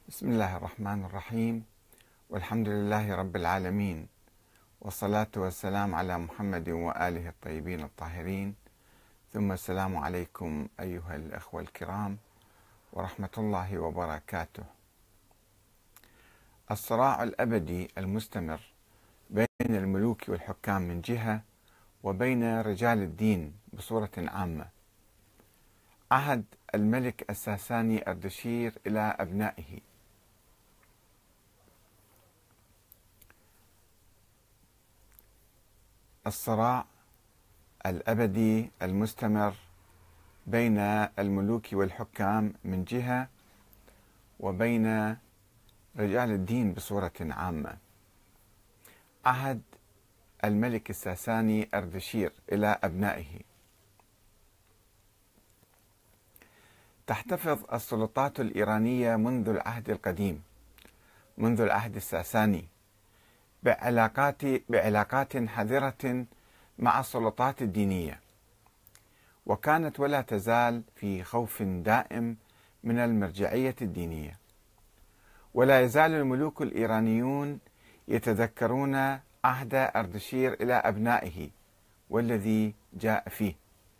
بسم الله الرحمن الرحيم، والحمد لله رب العالمين، والصلاة والسلام على محمد وآله الطيبين الطاهرين، ثم السلام عليكم أيها الأخوة الكرام ورحمة الله وبركاته. الصراع الأبدي المستمر بين الملوك والحكام من جهة، وبين رجال الدين بصورة عامة. عهد الملك الساساني أردشير إلى أبنائه. الصراع الأبدي المستمر بين الملوك والحكام من جهة، وبين رجال الدين بصورة عامة. عهد الملك الساساني أردشير إلى أبنائه. تحتفظ السلطات الإيرانية منذ العهد القديم، منذ العهد الساساني، بعلاقات حذرة مع السلطات الدينية، وكانت ولا تزال في خوف دائم من المرجعية الدينية. ولا يزال الملوك الإيرانيون يتذكرون عهد أردشير إلى أبنائه والذي جاء فيه.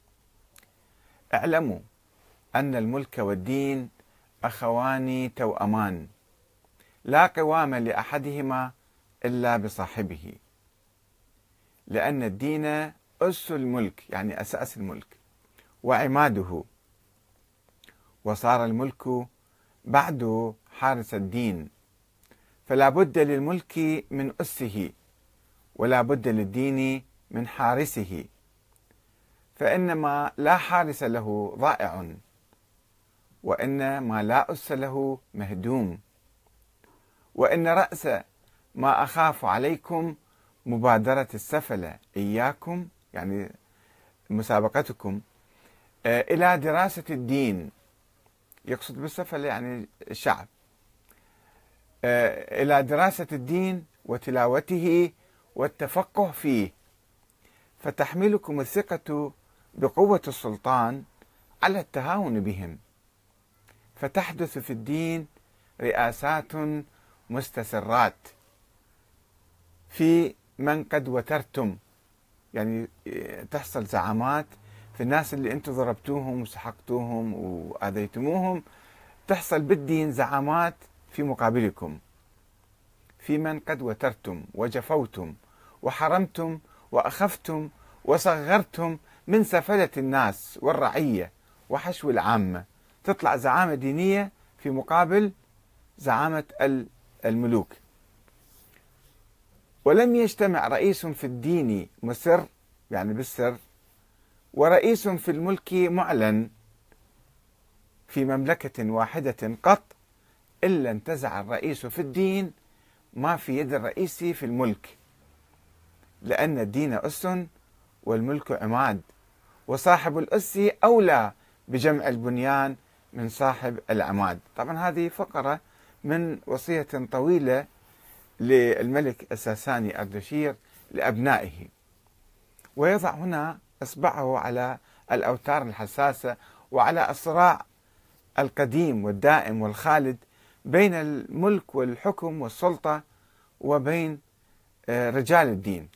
اعلموا أن الملك والدين أخوان توأمان، لا قوام لأحدهما إلا بصاحبه، لأن الدين أس الملك، يعني أساس الملك وعماده، وصار الملك بعد حارس الدين، فلا بد للملك من أسه، ولا بد للدين من حارسه، فإنما لا حارس له ضائع، وإن ما لا أس له مهدوم، وإن رأس ما أخاف عليكم مبادرة السفلة إياكم، يعني مسابقتكم إلى دراسة الدين، يقصد بالسفلة يعني الشعب، إلى دراسة الدين وتلاوته والتفقه فيه، فتحملكم الثقة بقوة السلطان على التهاون بهم، فتحدث في الدين رئاسات مستسرات في من قد وترتم، يعني تحصل زعامات في الناس اللي انتم ضربتوهم وسحقتوهم وآذيتموهم، تحصل بالدين زعامات في مقابلكم، في من قد وترتم وجفوتم وحرمتم وأخفتم وصغرتم من سفلة الناس والرعية وحشو العامة، تطلع زعامة دينية في مقابل زعامة الملوك. ولم يجتمع رئيس في الدين مسر، يعني بالسر، ورئيس في الملك معلن في مملكة واحدة قط، إلا انتزع الرئيس في الدين ما في يد الرئيس في الملك، لأن الدين أس والملك عماد، وصاحب الأس أولى بجمع البنيان من صاحب العماد. طبعا هذه فقرة من وصية طويلة للملك الساساني أردشير لأبنائه، ويضع هنا إصبعه على الأوتار الحساسة وعلى الصراع القديم والدائم والخالد بين الملك والحكم والسلطة وبين رجال الدين.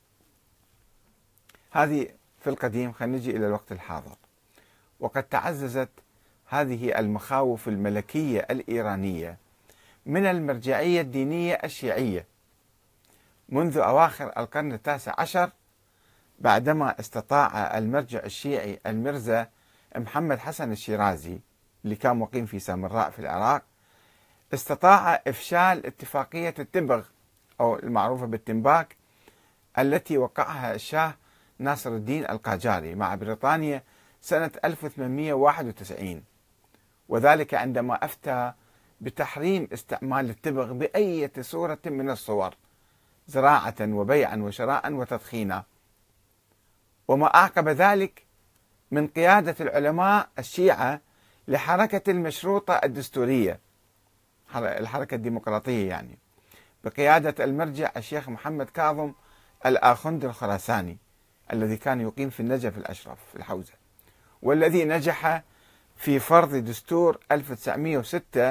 هذه في القديم. خلينا نجي إلى الوقت الحاضر. وقد تعززت هذه المخاوف الملكية الإيرانية من المرجعية الدينية الشيعية منذ أواخر القرن التاسع عشر، بعدما استطاع المرجع الشيعي الميرزا محمد حسن الشيرازي، اللي كان مقيم في سامراء في العراق، استطاع إفشال اتفاقية التبغ، أو المعروفة بالتنباك، التي وقعها الشاه ناصر الدين القاجاري مع بريطانيا سنة 1891، وذلك عندما أفتى بتحريم استعمال التبغ بأية صورة من الصور، زراعة وبيعا وشراء وتدخينا. وما أعقب ذلك من قيادة العلماء الشيعة لحركة المشروطة الدستورية، الحركة الديمقراطية، يعني بقيادة المرجع الشيخ محمد كاظم الآخند الخراساني، الذي كان يقيم في النجف الأشرف في الحوزة، والذي نجح في فرض دستور 1906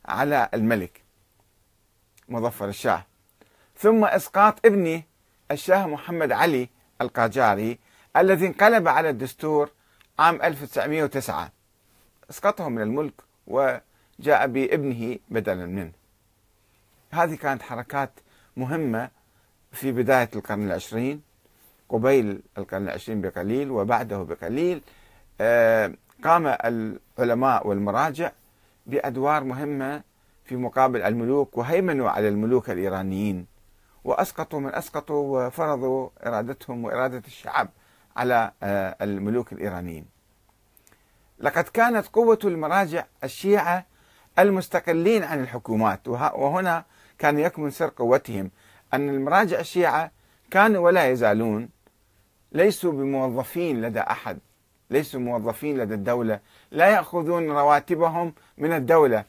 على الملك مظفر الشاه، ثم إسقاط ابنه الشاه محمد علي القاجاري الذي انقلب على الدستور عام 1909، اسقطه من الملك وجاء بابنه بدلا منه. هذه كانت حركات مهمة في بداية القرن العشرين، قبيل القرن العشرين بقليل وبعده بقليل. قام العلماء والمراجع بأدوار مهمة في مقابل الملوك، وهيمنوا على الملوك الإيرانيين وأسقطوا من أسقطوا وفرضوا إرادتهم وإرادة الشعب على الملوك الإيرانيين. لقد كانت قوة المراجع الشيعة المستقلين عن الحكومات، وهنا كان يكمن سر قوتهم، أن المراجع الشيعة كانوا ولا يزالون ليسوا بموظفين لدى أحد، ليسوا موظفين لدى الدولة، لا يأخذون رواتبهم من الدولة.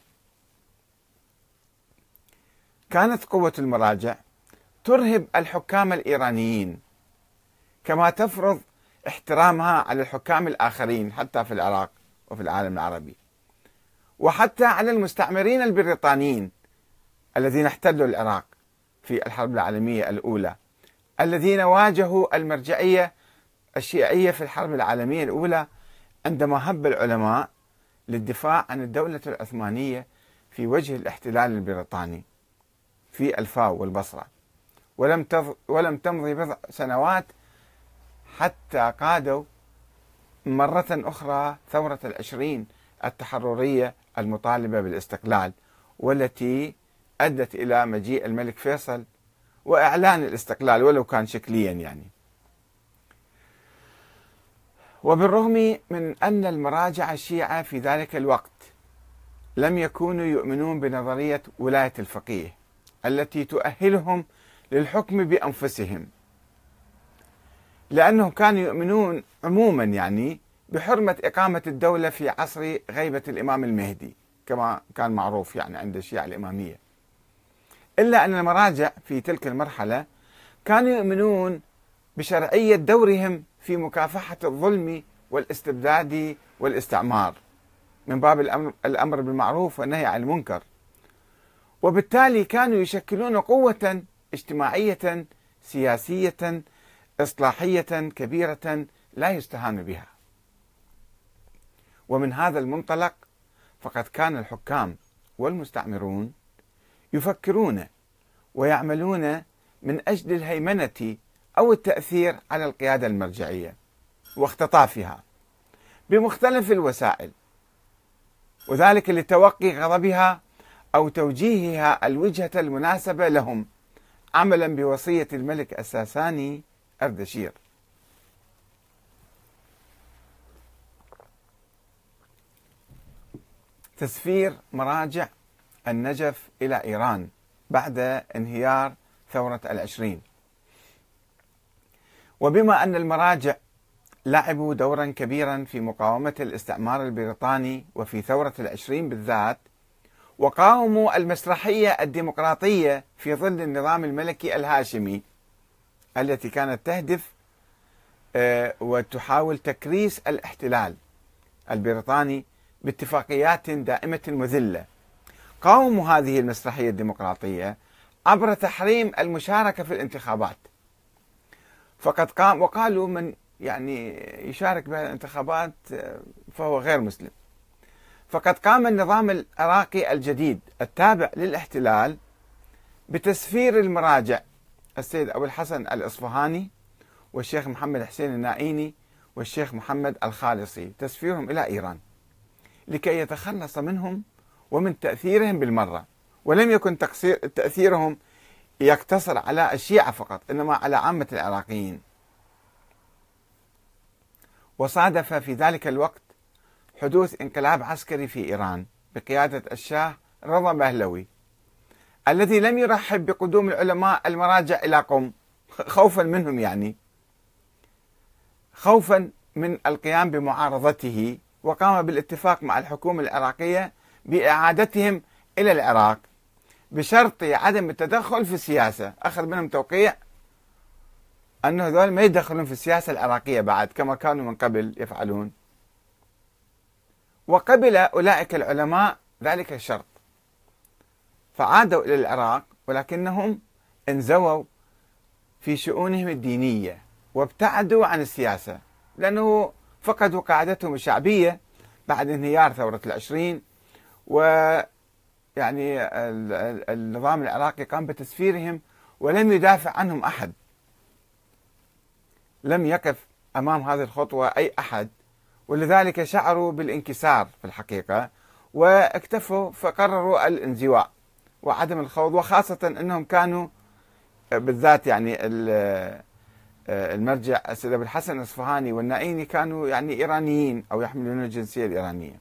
كانت قوة المراجع ترهب الحكام الإيرانيين كما تفرض احترامها على الحكام الآخرين حتى في العراق وفي العالم العربي، وحتى على المستعمرين البريطانيين الذين احتلوا العراق في الحرب العالمية الأولى، الذين واجهوا المرجعية الشيعية في الحرب العالمية الأولى عندما هب العلماء للدفاع عن الدولة العثمانية في وجه الاحتلال البريطاني في الفاو والبصرة. ولم تمضي بضع سنوات حتى قادوا مرة أخرى ثورة العشرين التحررية المطالبة بالاستقلال، والتي أدت إلى مجيء الملك فيصل وإعلان الاستقلال ولو كان شكليا يعني. وبالرغم من أن المراجع الشيعة في ذلك الوقت لم يكونوا يؤمنون بنظرية ولاية الفقيه التي تؤهلهم للحكم بأنفسهم، لأنهم كانوا يؤمنون عموما يعني بحرمة إقامة الدولة في عصر غيبة الإمام المهدي كما كان معروف يعني عند الشيعة الإمامية، إلا أن المراجع في تلك المرحلة كانوا يؤمنون بشرعية دورهم في مكافحة الظلم والاستبداد والاستعمار من باب الأمر بالمعروف والنهي عن المنكر، وبالتالي كانوا يشكلون قوة اجتماعية سياسية إصلاحية كبيرة لا يستهان بها. ومن هذا المنطلق فقد كان الحكام والمستعمرون يفكرون ويعملون من أجل الهيمنة أو التأثير على القيادة المرجعية واختطافها بمختلف الوسائل، وذلك لتوقي غضبها أو توجيهها الوجهة المناسبة لهم، عملا بوصية الملك الساساني أردشير. تسفير مراجع النجف إلى إيران بعد انهيار ثورة العشرين. وبما أن المراجع لعبوا دورا كبيرا في مقاومة الاستعمار البريطاني وفي ثورة العشرين بالذات، وقاوموا المسرحية الديمقراطية في ظل النظام الملكي الهاشمي التي كانت تهدف وتحاول تكريس الاحتلال البريطاني باتفاقيات دائمة مذلة، قاوموا هذه المسرحية الديمقراطية عبر تحريم المشاركة في الانتخابات. وقالوا من يعني يشارك بالانتخابات فهو غير مسلم. فقد قام النظام العراقي الجديد التابع للاحتلال بتسفير المراجع السيد أبو الحسن الإصفهاني والشيخ محمد حسين النائيني والشيخ محمد الخالصي، تسفيرهم إلى إيران لكي يتخلص منهم ومن تأثيرهم بالمرة. ولم يكن تأثيرهم يقتصر على الشيعة فقط، إنما على عامة العراقيين. وصادف في ذلك الوقت حدوث انقلاب عسكري في إيران بقيادة الشاه رضا بهلوي، الذي لم يرحب بقدوم العلماء المراجع إلى قم خوفا منهم، يعني خوفا من القيام بمعارضته، وقام بالاتفاق مع الحكومة العراقية بإعادتهم إلى العراق بشرط عدم التدخل في السياسة. أخذ منهم توقيع أنه هذول ما يدخلون في السياسة العراقية بعد كما كانوا من قبل يفعلون. وقبل أولئك العلماء ذلك الشرط، فعادوا إلى العراق، ولكنهم انزووا في شؤونهم الدينية وابتعدوا عن السياسة، لأنه فقدوا قاعدتهم الشعبية بعد انهيار ثورة العشرين، ويعني النظام العراقي قام بتسفيرهم ولم يدافع عنهم أحد، لم يقف أمام هذه الخطوة أي أحد، ولذلك شعروا بالانكسار في الحقيقة واكتفوا، فقرروا الانزواء وعدم الخوض، وخاصة أنهم كانوا بالذات يعني المرجع السيد أبو الحسن الأصفهاني والنائيني كانوا يعني إيرانيين أو يحملون الجنسية الإيرانية.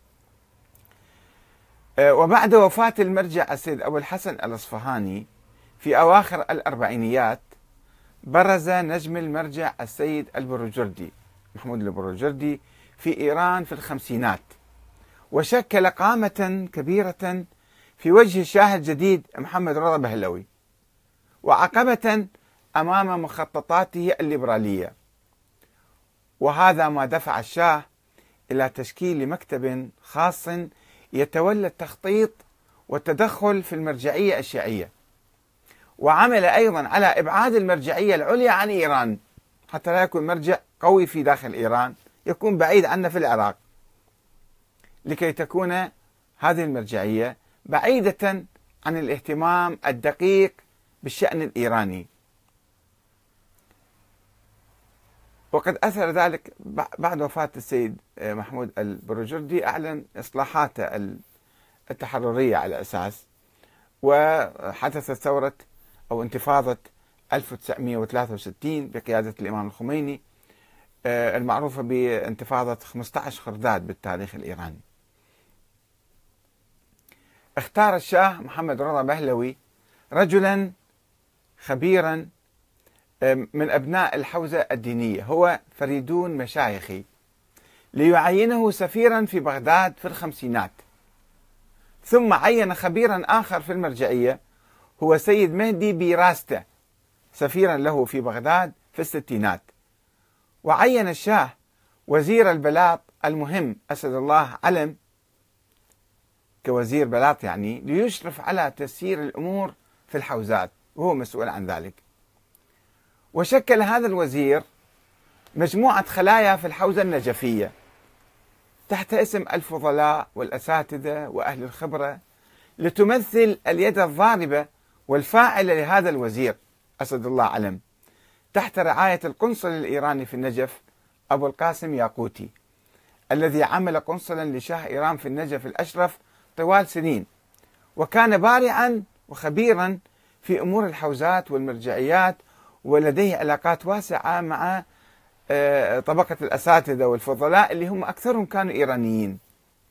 وبعد وفاة المرجع السيد أبو الحسن الأصفهاني في أواخر الأربعينيات برز نجم المرجع السيد البروجردي محمود البروجردي في إيران في الخمسينات، وشكل قامة كبيرة في وجه الشاه الجديد محمد رضا بهلوي، وعقبة أمام مخططاته الليبرالية. وهذا ما دفع الشاه إلى تشكيل مكتب خاص يتولى التخطيط والتدخل في المرجعية الشيعية، وعمل أيضا على إبعاد المرجعية العليا عن إيران حتى لا يكون مرجع قوي في داخل إيران، يكون بعيد عنا في العراق، لكي تكون هذه المرجعية بعيدة عن الاهتمام الدقيق بالشأن الإيراني. وقد أثر ذلك بعد وفاة السيد محمود البروجردي، أعلن إصلاحاته التحررية على أساس، وحدثت ثورة أو انتفاضة 1963 بقيادة الإمام الخميني، المعروفة بانتفاضة 15 خرداد بالتاريخ الإيراني. اختار الشاه محمد رضا بهلوي رجلا خبيرا من أبناء الحوزة الدينية، هو فريدون مشايخي، ليعينه سفيرا في بغداد في الخمسينات. ثم عين خبيرا آخر في المرجعية هو سيد مهدي بيراسته سفيرا له في بغداد في الستينات. وعين الشاه وزير البلاط المهم أسد الله علم كوزير بلاط، يعني ليشرف على تسيير الأمور في الحوزات، وهو مسؤول عن ذلك. وشكل هذا الوزير مجموعة خلايا في الحوزة النجفية تحت اسم الفضلاء والأساتذة وأهل الخبرة، لتمثل اليد الضاربة والفاعلة لهذا الوزير أسد الله علم، تحت رعاية القنصل الإيراني في النجف أبو القاسم ياقوتي، الذي عمل قنصلا لشاه إيران في النجف الأشرف طوال سنين، وكان بارعا وخبيرا في أمور الحوزات والمرجعيات، ولديه علاقات واسعة مع طبقة الأساتذة والفضلاء اللي هم أكثرهم كانوا إيرانيين،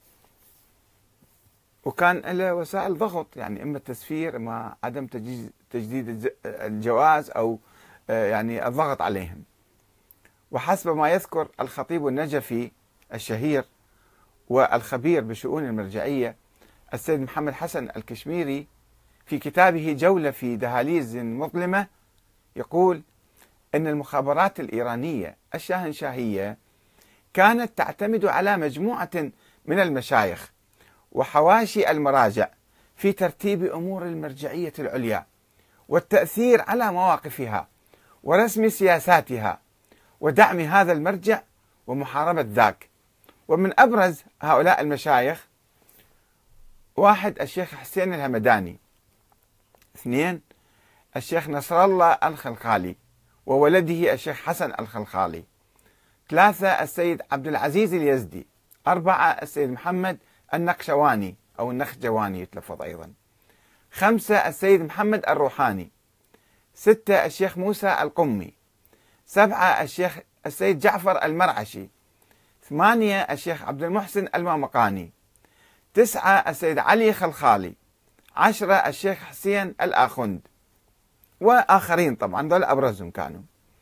وكان له وسائل ضغط، يعني إما التسفير إما عدم تجديد الجواز أو يعني الضغط عليهم. وحسب ما يذكر الخطيب النجفي الشهير والخبير بشؤون المرجعية السيد محمد حسن الكشميري في كتابه جولة في دهاليز مظلمة، يقول إن المخابرات الإيرانية الشاهنشاهية كانت تعتمد على مجموعة من المشايخ وحواشي المراجع في ترتيب أمور المرجعية العليا والتأثير على مواقفها ورسم سياساتها ودعم هذا المرجع ومحاربة ذاك. ومن أبرز هؤلاء المشايخ: واحد الشيخ حسين الهمداني، اثنين الشيخ نصر الله الخلخالي وولده الشيخ حسن الخلخالي، ثلاثة السيد عبد العزيز اليزدي، أربعة السيد محمد النقشواني أو النخجواني يتلفظ أيضا، خمسة السيد محمد الروحاني، ستة الشيخ موسى القمي، سبعة الشيخ السيد جعفر المرعشي، ثمانية الشيخ عبد المحسن المامقاني، تسعة السيد علي خلخالي، 10 الشيخ حسين الآخند، وآخرين طبعا دول أبرزهم كانوا.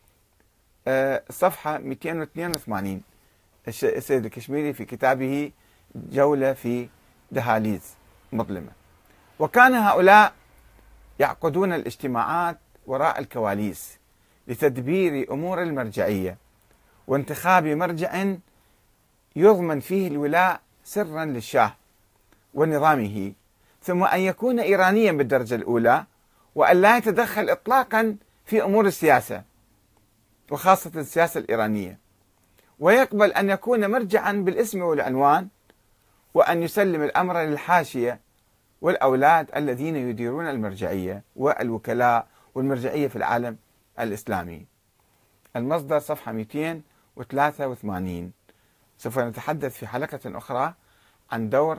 صفحة 282 السيد الكشميري في كتابه جولة في دهاليز مظلمة. وكان هؤلاء يعقدون الاجتماعات وراء الكواليس لتدبير أمور المرجعية وانتخاب مرجع يضمن فيه الولاء سرا للشاه ونظامه، ثم أن يكون إيرانيا بالدرجة الأولى، وأن لا يتدخل إطلاقا في أمور السياسة وخاصة السياسة الإيرانية، ويقبل أن يكون مرجعا بالاسم والعنوان، وأن يسلم الأمر للحاشية والأولاد الذين يديرون المرجعية والوكلاء والمرجعية في العالم الإسلامي. المصدر صفحة 283. سوف نتحدث في حلقة أخرى عن دور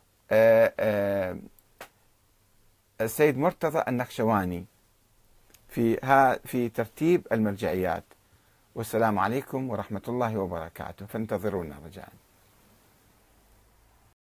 السيد مرتضى النخشواني في ترتيب المرجعيات. والسلام عليكم ورحمة الله وبركاته، فانتظرونا رجاء.